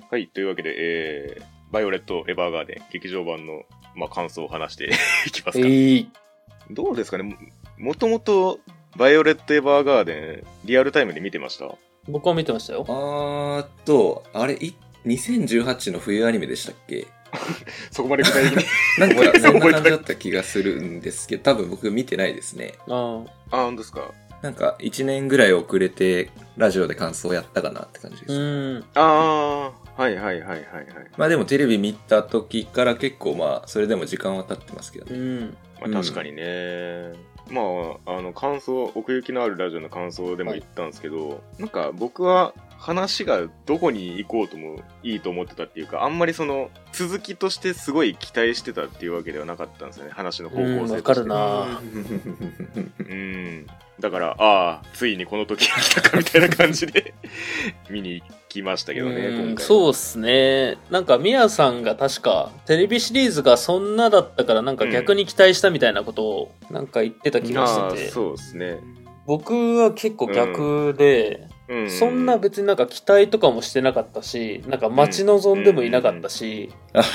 はい、というわけで、バイオレット・エヴァーガーデン劇場版の、感想を話していきますか。どうですかね。もともとバイオレット・エヴァーガーデンリアルタイムで見てました？ 僕は見てましたよ。 あれ2018の冬アニメでしたっけ？ そこまで具体的になんかそんな感じだった気がするんですけど、多分僕見てないですね。 本当ですか？ なんか1年ぐらい遅れてラジオで感想をやったかなって感じです。 はいはいはいはいはい。 まあでもテレビ見た時から結構それでも時間は経ってますけどね。 確かにね。感想、奥行きのあるラジオの感想でも言ったんですけど、なんか僕は話がどこに行こうともいいと思ってたっていうか、あんまりその続きとしてすごい期待してたっていうわけではなかったんですよね、話の方向性として。 わかるなだからついにこの時が来たかみたいな感じで見に行きましたけどね、今回。 そうっすね。なんかミヤさんが確かテレビシリーズがそんなだったからなんか逆に期待したみたいなことをなんか言ってた気がしてて、 そうですね。 僕は結構逆で、そんな別になんか期待とかもしてなかったし、なんか待ち望んでもいなかったし、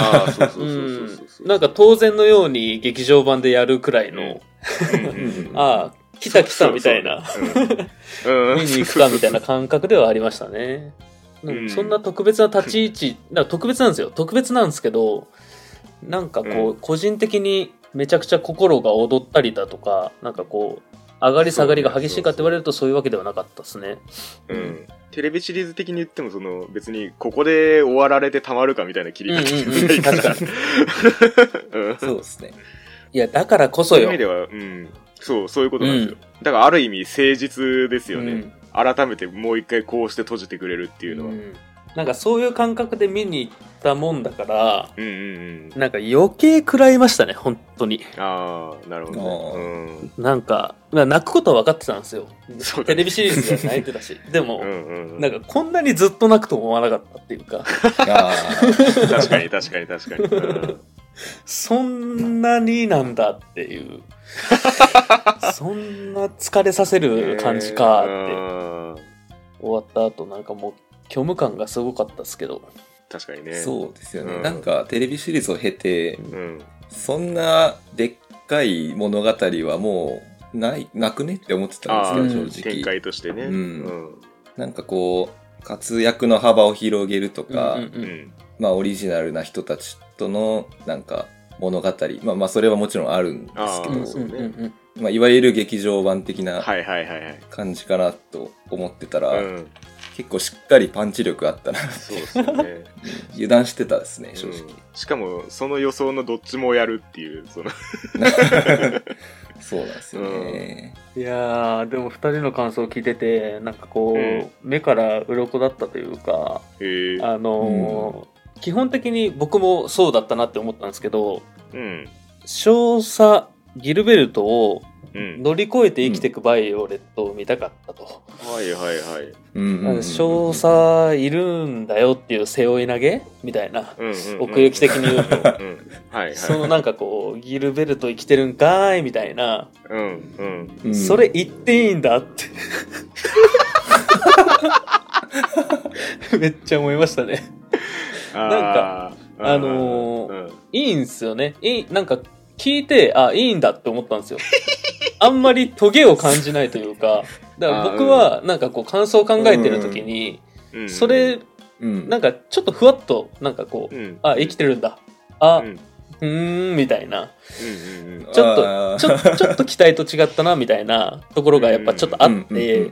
なんか当然のように劇場版でやるくらいの来たみたいな見に行くかみたいな感覚ではありましたね。そんな特別な立ち位置、特別なんですよ。特別なんですけど、なんかこう個人的にめちゃくちゃ心が躍ったりだとか、なんかこう上がり下がりが激しいかって言われるとそういうわけではなかったですね。 テレビシリーズ的に言っても別にここで終わられてたまるかみたいな切り方じゃないから。確かに。そうですね。 いやだからこそよ。 そういう意味では、そういうことなんですよ。だからある意味誠実ですよね。改めてもう一回こうして閉じてくれるっていうのは。 なんかそういう感覚で見に行ったもんだから、なんか余計食らいましたね、本当に。 なるほどね。 なんか、泣くことは分かってたんですよ。テレビシリーズでは泣いてたし。でも、なんかこんなにずっと泣くと思わなかったっていうか。 確かに。 そんなになんだっていう。そんな疲れさせる感じかって。終わった後なんかもう、虚無感がすごかったですけど。 確かにね。 そうですよね。なんかテレビシリーズを経て、そんなでっかい物語はもうなくねって思ってたんですけど、正直。 展開としてね。 なんかこう活躍の幅を広げるとか、オリジナルな人たちとのなんか物語、それはもちろんあるんですけど、いわゆる劇場版的な感じかなと思ってたら。結構しっかりパンチ力あったな。 そうですよね。 油断してたですね、正直。 しかもその予想のどっちもやるっていうそうなんですよね。 いやーでも2人の感想を聞いててなんかこう、目から鱗だったというか、基本的に僕もそうだったなって思ったんですけど、少佐ギルベルトを乗り越えて生きていくバイオレットを見たかったと。少佐いるんだよっていう背負い投げみたいな、奥行き的に言うと、そのなんかこうギルベルト生きてるんかーいみたいな、それ言っていいんだってめっちゃ思いましたね。なんかいいんすよね。なんか聞いていいんだって思ったんですよ。あんまりトゲを感じないというか、だから僕はなんかこう感想を考えてる時に、それなんかちょっとふわっとなんかこう、生きてるんだ、みたいな、ちょっと期待と違ったなみたいなところがやっぱちょっとあって、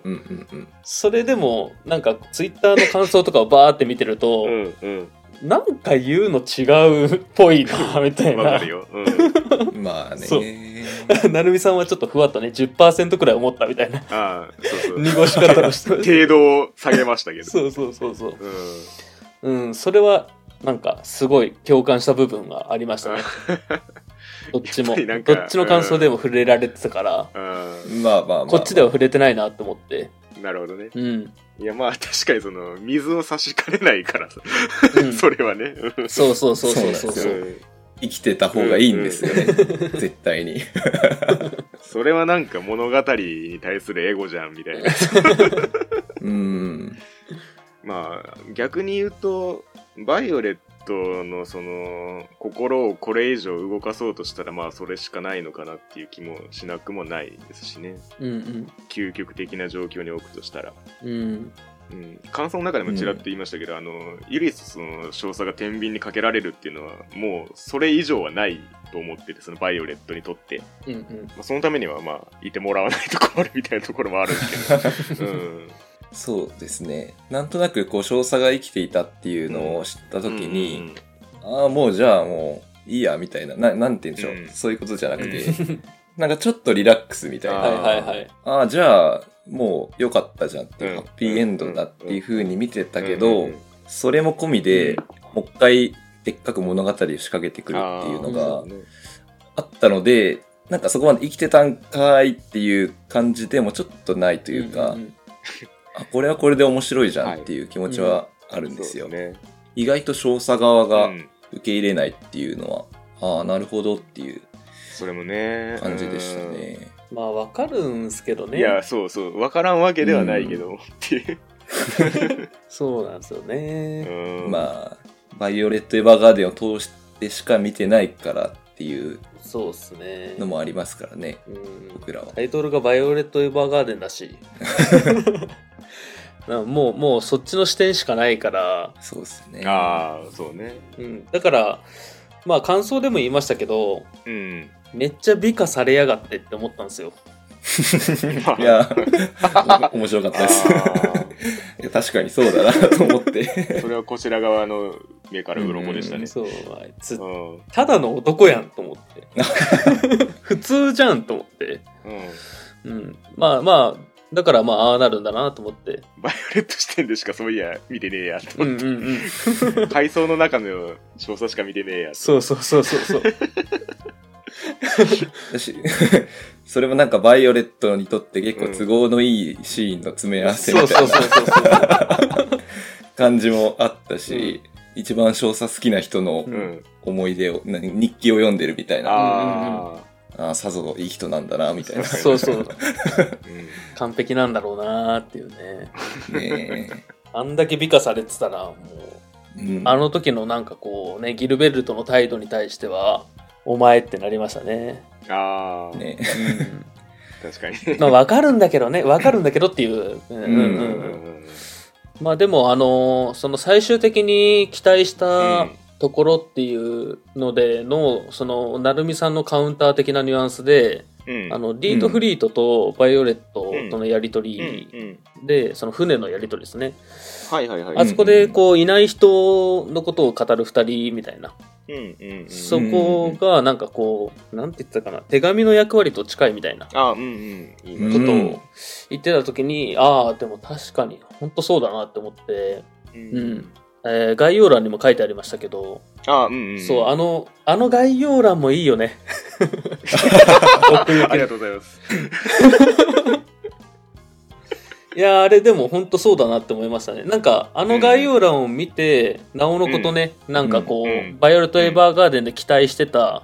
それでもなんかツイッターの感想とかをバーって見てると、なんか言うの違うっぽいなみたいな。 わかるよ。 まあね。 なるみさんはちょっとふわっとね 10% くらい思ったみたいな。 そう濁し方をして程度を下げましたけど。 そう。それはなんかすごい共感した部分がありましたね。どっちの感想でも触れられてたから、こっちでは触れてないなと思って。 なるほどね。いや確かにその水を差しかねないからさ、それはね。 そう。 生きてた方がいいんですよね、絶対に。 それはなんか物語に対するエゴじゃんみたいな。逆に言うとバイオレットのその心をこれ以上動かそうとしたらまあそれしかないのかなっていう気もしなくもないですしね。 うんうん。 究極的な状況に置くとしたら。 うん。 うん、感想の中でもちらっと言いましたけど、ユリスの少佐が天秤にかけられるっていうのはもうそれ以上はないと思ってて、そのバイオレットにとって、 うんうん、 まあ、そのためにはまあいてもらわないと困るみたいなところもあるんですけど、うん、 そうですね。なんとなくこう少佐が生きていたっていうのを知った時に、ああもうじゃあもういいやみたいな、なんて言うんでしょう、そういうことじゃなくて、なんかちょっとリラックスみたいな、 はいはいはい、 ああじゃあもう良かったじゃんっていう、ハッピーエンドだっていう風に見てたけど、それも込みで、もう一回でっかく物語を仕掛けてくるっていうのがあったので、なんかそこまで生きてたんかいっていう感じでもちょっとないというか、あ、これはこれで面白いじゃんっていう気持ちはあるんですよ。意外と少佐側が受け入れないっていうのは、ああ、なるほどっていうそれもね感じでしたね。 まあわかるんすけどね。 いや、そうそう、わからんわけではないけど、っていう。 そうなんですよね。 まあ、バイオレット・エヴァーガーデンを通してしか見てないからっていうそうっすねのもありますからね、僕らは。 タイトルがバイオレット・エヴァーガーデンだし。もうそっちの視点しかないから。 そうですね。 ああ、そうね。 だから、まあ感想でも言いましたけど、めっちゃ美化されやがってって思ったんですよ。 いや、面白かったです。いや確かにそうだなと思って。 それはこちら側の目から鱗でしたね。 そう、あいつ、ただの男やんと思って。普通じゃんと思って。まあまあ、だからまあああなるんだなと思って。 バイオレット視点でしかそういや見てねえやと思って。階層の中の少佐しか見てねえや。 そう。 それもなんかバイオレットにとって結構都合のいいシーンの詰め合わせみたいな感じもあったし、一番少佐好きな人の思い出を、日記を読んでるみたいな、ああさぞいい人なんだなみたいな、 そう完璧なんだろうなっていうね。あんだけ美化されてたらもう、あの時のなんかこうね、ギルベルトの態度に対してはお前ってなりましたね。 ああ、ね、確かに。 まあ分かるんだけどっていう。まあでもその最終的に期待したところっていうのでの、その成美さんのカウンター的なニュアンスで、リートフリートとバイオレットとのやりとりで、その船のやりとりですね。あそこでこういない人のことを語る二人みたいな。そこがなんかこうなんて言ってたかな、手紙の役割と近いみたいなことを言ってた時に、ああでも確かに本当そうだなって思って、概要欄にも書いてありましたけど、そうあの概要欄もいいよね。 ありがとうございます。 いやあれでも本当そうだなって思いましたね。なんか概要欄を見て、なおのことね、なんかこう、バイオレット・エヴァーガーデンで期待してた、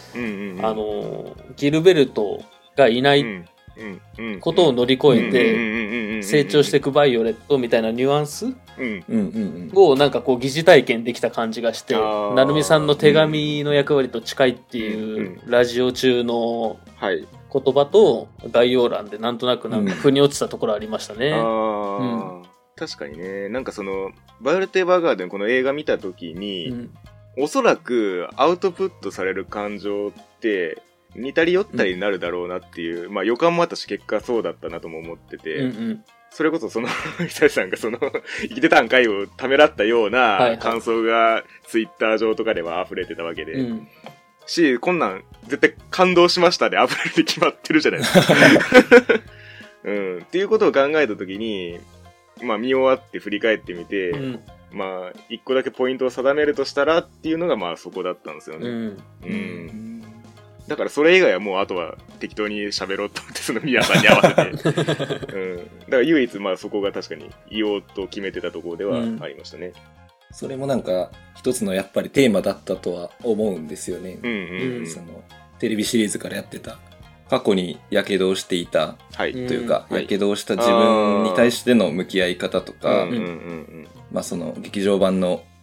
ギルベルトがいないことを乗り越えて成長していくバイオレットみたいなニュアンスをなんかこう疑似体験できた感じがして、成美さんの手紙の役割と近いっていうラジオ中の言葉と概要欄でなんとなく腑に落ちたところありましたね。 確かにね。なんかそのバイオレット・エヴァーガーデンこの映画見た時に、おそらくアウトプットされる感情って似たり寄ったりになるだろうなっていう、まあ予感もあったし結果そうだったなとも思ってて、それこそその久石さんがその生きてたんかいをためらったような感想がツイッター上とかでは溢れてたわけで、し、こんなん絶対感動しましたで溢れて決まってるじゃないですか。っていうことを考えたときに、まあ見終わって振り返ってみて、まあ一個だけポイントを定めるとしたらっていうのがまあそこだったんですよね。だからそれ以外はもうあとは適当に喋ろうと思ってそのミヤさんに合わせて、だから唯一まあそこが確かに言おうと決めてたところではありましたね。 それもなんか一つのやっぱりテーマだったとは思うんですよね。そのテレビシリーズからやってた過去に火傷をしていたというか、火傷をした自分に対しての向き合い方とか、まあその劇場版の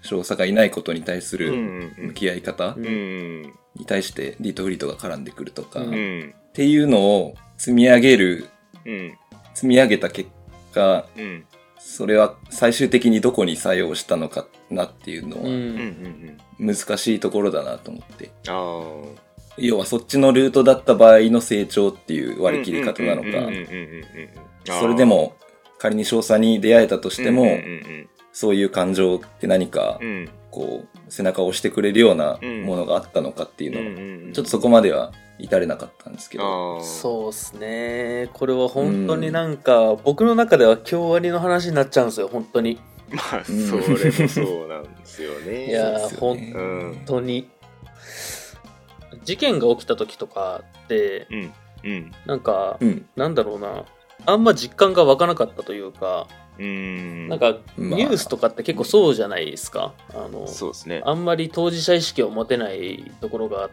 少佐がいないことに対する向き合い方に対してディートフリートが絡んでくるとか、っていうのを積み上げた結果、それは最終的にどこに作用したのかなっていうのは難しいところだなと思って、要はそっちのルートだった場合の成長っていう割り切り方なのか、それでも仮に少佐に出会えたとしても、そういう感情って何かこう背中を押してくれるようなものがあったのかっていうのをちょっとそこまでは至れなかったんですけど、 そうですね。これは本当になんか、僕の中では京アニの話になっちゃうんですよ、本当に。 まあそれもそうなんですよね。 いや本当に、事件が起きた時とかって、なんか、なんだろうな、あんま実感が湧かなかったというか、なんかニュースとかって結構そうじゃないですか。 そうですね。 あんまり当事者意識を持てないところがあって、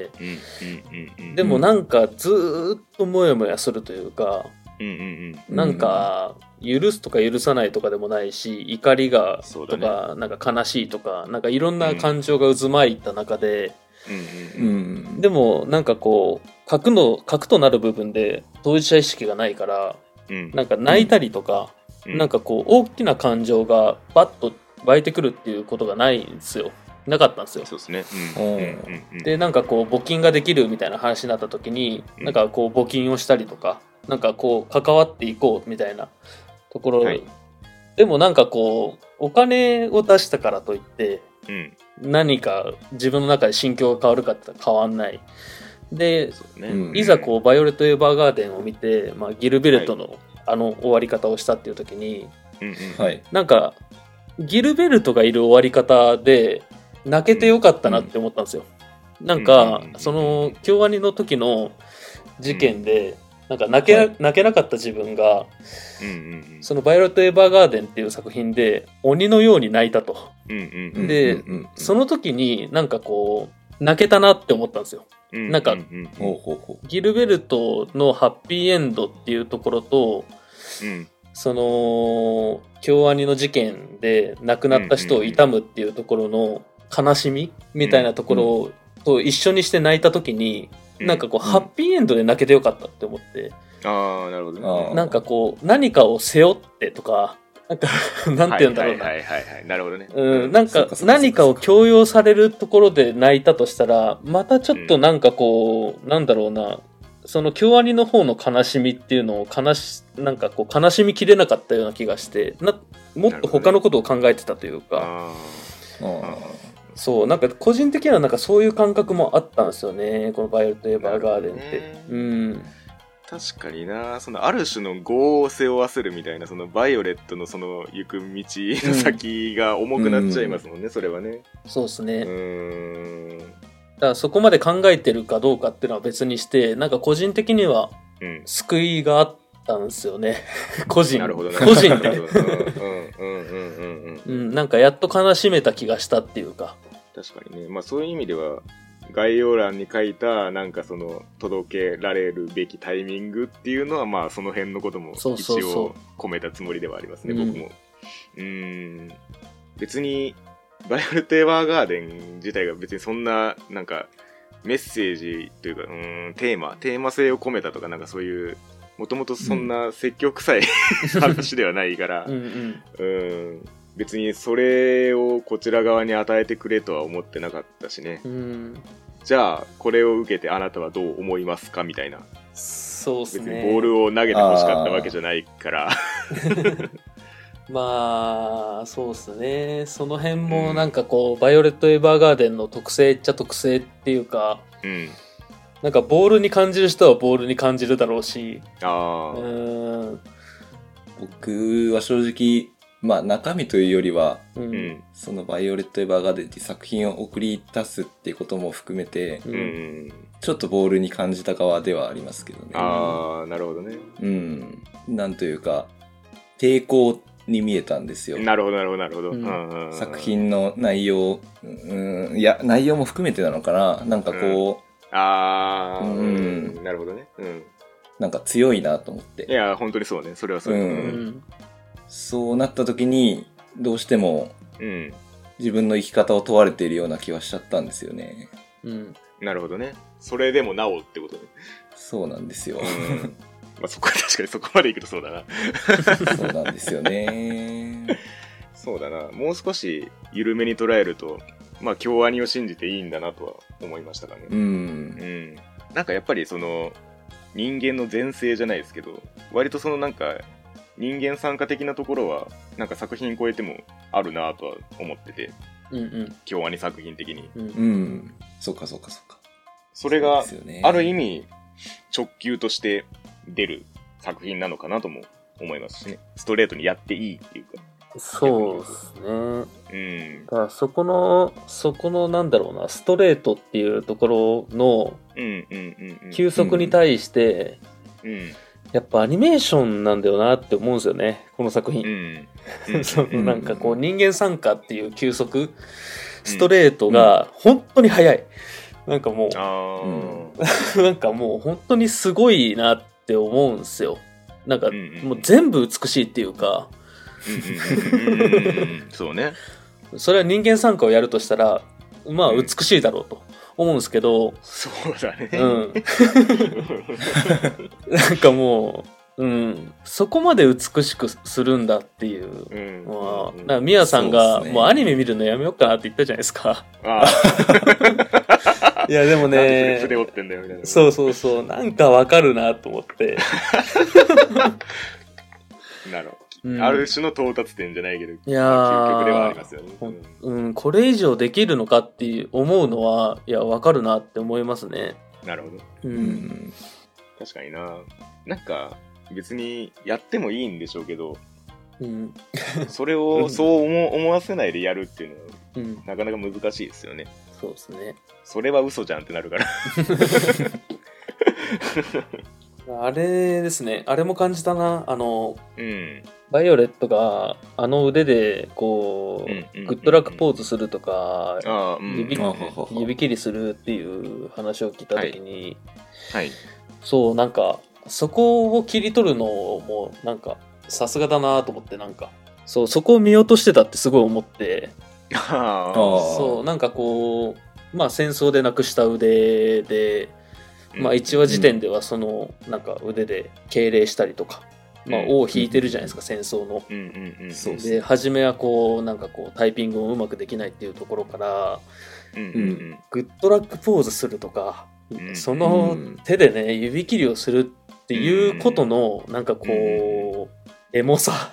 でもなんかずーっとモヤモヤするというか、なんか許すとか許さないとかでもないし、怒りがとか、なんか悲しいとか、なんかいろんな感情が渦巻いた中で、でもなんかこう核となる部分で当事者意識がないから、なんか泣いたりとか、なんかこう大きな感情がバッと湧いてくるっていうことがないんですよ。なかったんですよ。 そうですね。 でなんかこう募金ができるみたいな話になった時に、なんかこう募金をしたりとか、なんかこう関わっていこうみたいなところ、でもなんかこうお金を出したからといって、何か自分の中で心境が変わるかって言ったら変わんない。で、いざこうバイオレット・エヴァーガーデンを見て、ギルベルトの終わり方をしたっていう時に、なんかギルベルトがいる終わり方で泣けてよかったなって思ったんですよ。なんかその京アニの時の事件でなんか泣けなかった自分が、そのバイオレット・エヴァーガーデンっていう作品で鬼のように泣いたと。で、その時になんかこう泣けたなって思ったんですよ。なんかギルベルトのハッピーエンドっていうところと、その京アニの事件で亡くなった人を悼むっていうところの悲しみみたいなところと一緒にして泣いた時に、なんかこうハッピーエンドで泣けてよかったって思って、 なるほどね。 なんかこう何かを背負ってとか、なんかなんて言うんだろうな。 なるほどね。 なんか何かを強要されるところで泣いたとしたら、またちょっとなんかこう、なんだろうな、その京アニの方の悲しみっていうのをなんかこう悲しみきれなかったような気がして、もっと他のことを考えてたというか、そうなんか個人的にはなんかそういう感覚もあったんですよね、このバイオレット・エヴァーガーデンって。 確かにな、そのある種の業を背負わせるみたいな、そのバイオレットのその行く道の先が重くなっちゃいますもんね、それはね。 そうですね。だからそこまで考えてるかどうかっていうのは別にして、なんか個人的には救いがあったんですよね。個人で。なんかやっと悲しめた気がしたっていうか。 確かにね。まあそういう意味では、概要欄に書いたなんかその届けられるべきタイミングっていうのは、まあその辺のことも一応込めたつもりではありますね、僕も。別にバイオレット・エヴァーガーデン自体が別にそんななんかメッセージというかテーマ性を込めたとか、なんかそういうもともとそんな積極臭い話ではないから別にそれをこちら側に与えてくれとは思ってなかったしね。じゃあこれを受けてあなたはどう思いますかみたいな。 そうですね。 別にボールを投げてほしかったわけじゃないからまあそうですね。その辺もなんかこう、バイオレット・エヴァーガーデンの特性っちゃ特性っていうか、なんかボールに感じる人はボールに感じるだろうし、 僕は正直まあ中身というよりは、そのバイオレット・エヴァーガーデンっていう作品を送り出すっていうことも含めて、ちょっとボールに感じた側ではありますけどね。 なるほどね。 なんというか抵抗に見えたんですよ。 なるほど。 作品の内容、いや内容も含めてなのかな。なんかこう、なるほどね。 なんか強いなと思って。 いや本当にそうね。それはそう。 そうなった時にどうしても、 自分の生き方を問われているような気はしちゃったんですよね。 うん。 なるほどね。それでもなおってことね。 そうなんですよ。 まあそこは確かにそこまでいくとそうだな。 そうなんですよね。 そうだな。もう少し緩めに捉えると、まあ京アニを信じていいんだなとは思いましたかね。なんかやっぱりその人間の前世じゃないですけど、割とそのなんか人間参加的なところはなんか作品超えてもあるなとは思ってて、京アニ作品的に。 そうかそうかそうか。 それがある意味直球として出る作品なのかなとも思いますしね。ストレートにやっていいっていうか。 そうですね。だからそこのなんだろうな、ストレートっていうところの休息に対して、やっぱアニメーションなんだよなって思うんですよね、この作品。そのなんかこう人間参加っていう休息、ストレートが本当に速い。なんかもう、なんかもう本当にすごいなって思うんですよ。なんかもう全部美しいっていうか、 そうね。 それは人間参加をやるとしたら、まあ美しいだろうと思うんですけど、 そうだね。 なんかもう、そこまで美しくするんだっていう。なんかミヤさんが、もうアニメ見るのやめようかなって言ったじゃないですか。いやでもね、 筆折ってんだよみたいな。 そうなんかわかるなと思って。 なるほど。ある種の到達点じゃないけど、 いや究極ではありますよね。 これ以上できるのかって思うのは、いや、わかるなって思いますね。 なるほど。確かにな。なんか、別にやってもいいんでしょうけど、それをそう思わせないでやるっていうのは、なかなか難しいですよね。 そうですね。 それは嘘じゃんってなるから。 あれですね、あれも感じたな。バイオレットが腕でこう、グッドラックポーズするとか、指切りするっていう話を聞いたときに、そうなんかそこを切り取るのもなんかさすがだなと思って、なんかそこを見落としてたってすごい思って、そうなんかこう、まあ戦争でなくした腕で、まあ1話時点ではそのなんか腕で敬礼したりとか、まあ尾を引いてるじゃないですか、戦争の。で初めはこうなんかこうタイピングをうまくできないっていうところから、グッドラックポーズするとか、その手でね指切りをするっていうことのなんかこうエモさ。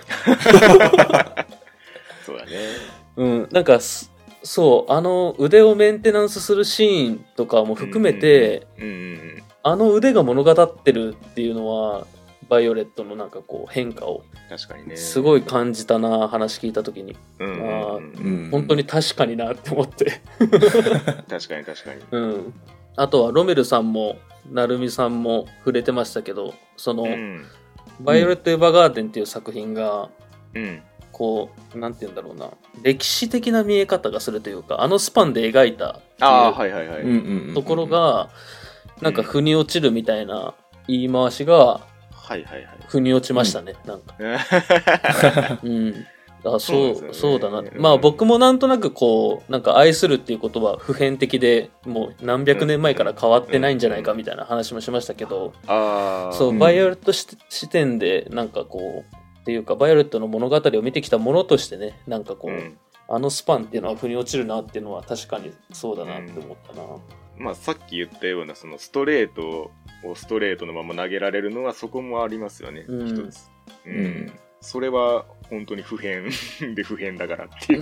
そうだね。 なんかそう腕をメンテナンスするシーンとかも含めて、腕が物語ってるっていうのはバイオレットのなんかこう変化をすごい感じたな、話聞いた時に。本当に確かになって思って。 確かに。 あとはロメルさんもナルミさんも触れてましたけど、その、バイオレット・エヴァーガーデンっていう作品が、こうなんて言うんだろうな、歴史的な見え方がするというか、スパンで描いたっていうところがなんか腑に落ちるみたいな言い回しが腑に落ちましたね、なんか。そうだな。まあ僕もなんとなくこうなんか愛するっていう言葉は普遍的で、もう何百年前から変わってないんじゃないかみたいな話もしましたけど、そうバイオレット視点でなんかこうっていうか、バイオレットの物語を見てきたものとしてね、なんかこう、スパンっていうのは腑に落ちるなっていうのは確かにそうだなって思ったな。 まあさっき言ったようなそのストレートをストレートのまま投げられるのはそこもありますよね、一つ。それは本当に普遍で普遍だからっていう。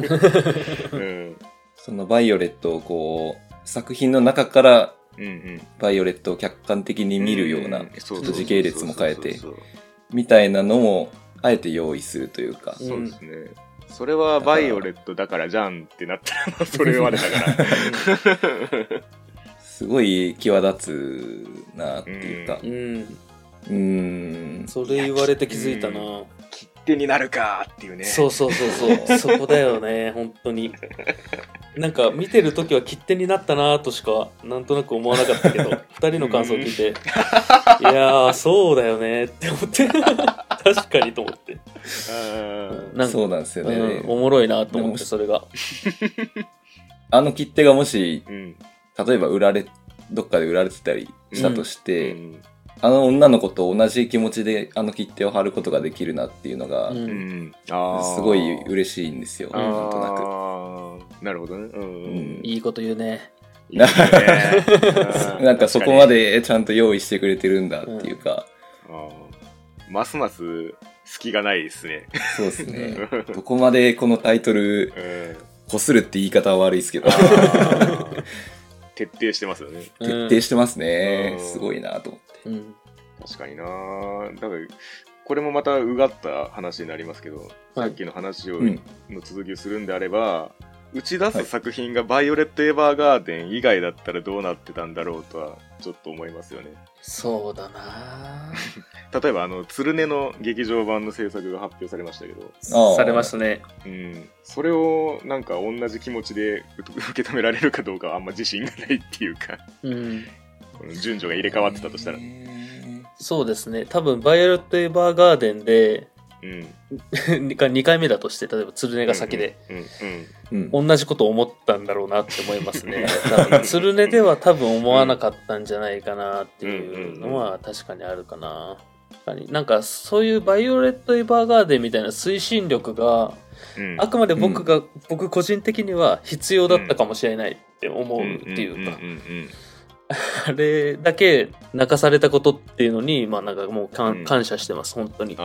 そのバイオレットをこう作品の中からバイオレットを客観的に見るようなちょっと時系列も変えてみたいなのもあえて用意するというか。 そうですね。それはバイオレットだからじゃんってなったらそれまでだから。 すごい際立つなっていうか。 それ言われて気づいたな。 切手になるかっていうね。 そうそこだよね、本当に。なんか見てる時は切手になったなとしかなんとなく思わなかったけど、2人の感想を聞いて、いやーそうだよねって思って。 確かにと思って。 そうなんですよね、 おもろいなと思って、それが。 あの切手がもし、例えばどっかで売られてたりしたとして、あの女の子と同じ気持ちであの切手を貼ることができるなっていうのが、すごい嬉しいんですよ、なんとなく。 なるほどね。 いいこと言うね。 なんかそこまでちゃんと用意してくれてるんだっていうか。 ますます隙がないですね。 そうですね。どこまでこのタイトル、こするって言い方は悪いですけど。 徹底してますよね。 徹底してますね。すごいなと思って。 確かにな。だからこれもまたうがった話になりますけど、さっきの話の続きをするんであれば、打ち出す作品がバイオレット・エヴァーガーデン以外だったらどうなってたんだろうとはちょっと思いますよね。 そうだな。 例えば鶴音の劇場版の制作が発表されましたけど、 されましたね。 それをなんか同じ気持ちで受け止められるかどうかはあんま自信がないっていうか、この順序が入れ替わってたとしたら、 そうですね。多分バイオレット・エヴァーガーデンで2回目だとして、例えば鶴音が先で同じことを思ったんだろうなって思いますね。鶴音では多分思わなかったんじゃないかなっていうのは確かにあるかな。なんかそういうバイオレット・エヴァーガーデンみたいな推進力があくまで僕個人的には必要だったかもしれないって思うっていうか、あれだけ泣かされたことっていうのに、まあなんかもう感謝してます、本当に。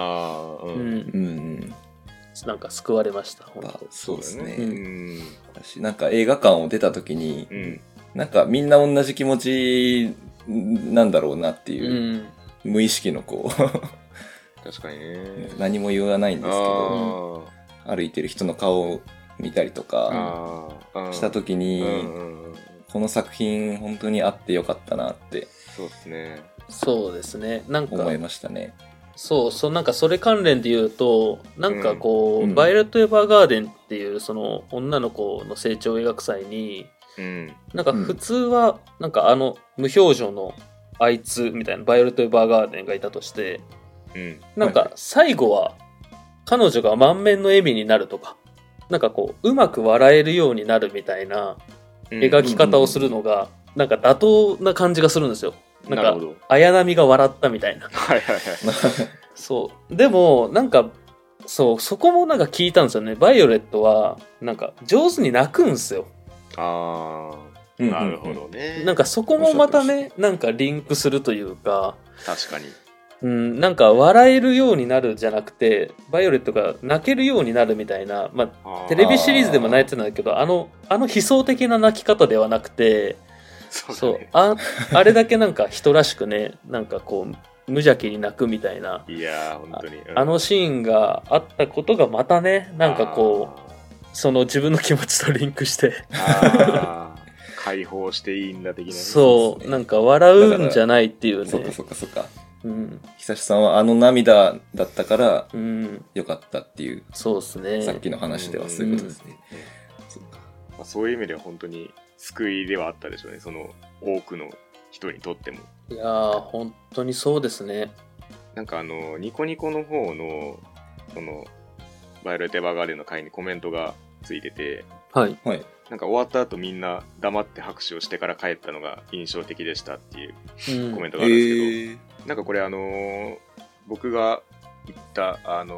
なんか救われました、本当。 そうですね。私なんか映画館を出た時に、なんかみんな同じ気持ちなんだろうなっていう、無意識のこう確かにね。 何も言わないんですけど、歩いてる人の顔を見たりとかした時に、この作品本当にあってよかったなって。 そうですね。 そうですね。なんか思いましたね。 なんかそれ関連で言うと、なんかこう、バイオレット・エヴァーガーデンっていうその女の子の成長を描く際に、なんか普通はなんか無表情のあいつみたいなバイオレット・エヴァーガーデンがいたとして、なんか最後は彼女が満面の笑みになるとか、なんかこううまく笑えるようになるみたいな描き方をするのがなんか妥当な感じがするんですよ。なんか綾波が笑ったみたいな。そうでもなんかそこもなんか聞いたんですよね。バイオレットはなんか上手に泣くんですよ。 なるほどね。 なんかそこもまたね、なんかリンクするというか。 確かに。 なんか笑えるようになるじゃなくて、バイオレットが泣けるようになるみたいな、まあテレビシリーズでも泣いてたんだけど、あの悲壮的な泣き方ではなくて、あれだけなんか人らしくね、なんかこう無邪気に泣くみたいな。 いやー本当に、 あのシーンがあったことがまたね、なんかこうその自分の気持ちとリンクして。 解放していいんだ的な。 そう、なんか笑うんじゃないっていうね。 そっか。久志さんはあの涙だったからよかったっていう、 そうですね。 さっきの話ではそういうことですね。 そういう意味では本当に救いではあったでしょうね。その多くの人にとっても。 いやー本当にそうですね。 なんかニコニコの方のそのバイオレット・エヴァーガーデンの回にコメントがついてて、 はい。 なんか終わった後みんな黙って拍手をしてから帰ったのが印象的でしたっていうコメントがあるんですけど、なんかこれ僕が言った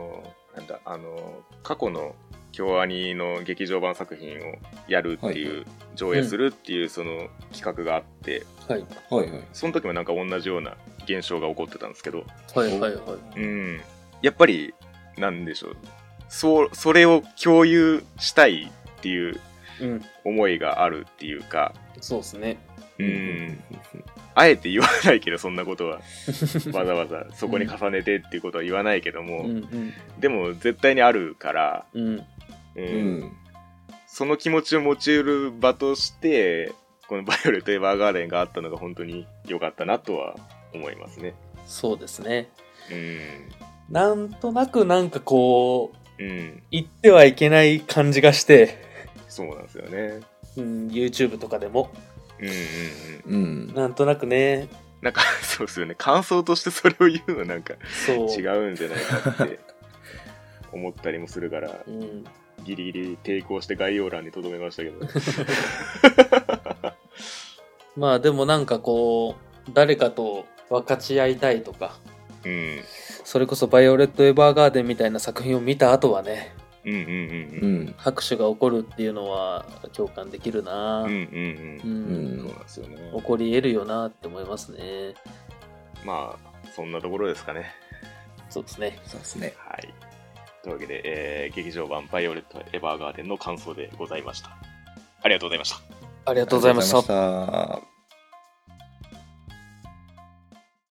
過去の京アニの劇場版作品をやるっていう、上映するっていうその企画があって、その時もなんか同じような現象が起こってたんですけど、やっぱりなんでしょう、それを共有したいっていう思いがあるっていうか、 そうですね。 あえて言わないけど、そんなことはわざわざそこに重ねてっていうことは言わないけども、でも絶対にあるから、その気持ちを持ち得る場としてこのバイオレット・エヴァーガーデンがあったのが本当に良かったなとは思いますね。 そうですね。なんとなくなんかこう、言ってはいけない感じがして、 そうなんですよね。 YouTube とかでも、なんとなくね、 なんかそうですよね、感想としてそれを言うのはなんか違うんじゃないかって思ったりもするから、うん、ギリギリ抵抗して概要欄に留めましたけどまあでもなんかこう誰かと分かち合いたいとか、うん、それこそバイオレット・エヴァーガーデンみたいな作品を見た後はね、拍手が起こるっていうのは共感できるな。そうなんですよね。起こり得るよなって思いますね。 まあそんなところですかね。 そうですね。 そうですね。 はい。というわけで、劇場版バイオレット・エヴァーガーデンの感想でございました。ありがとうございました。 ありがとうございました。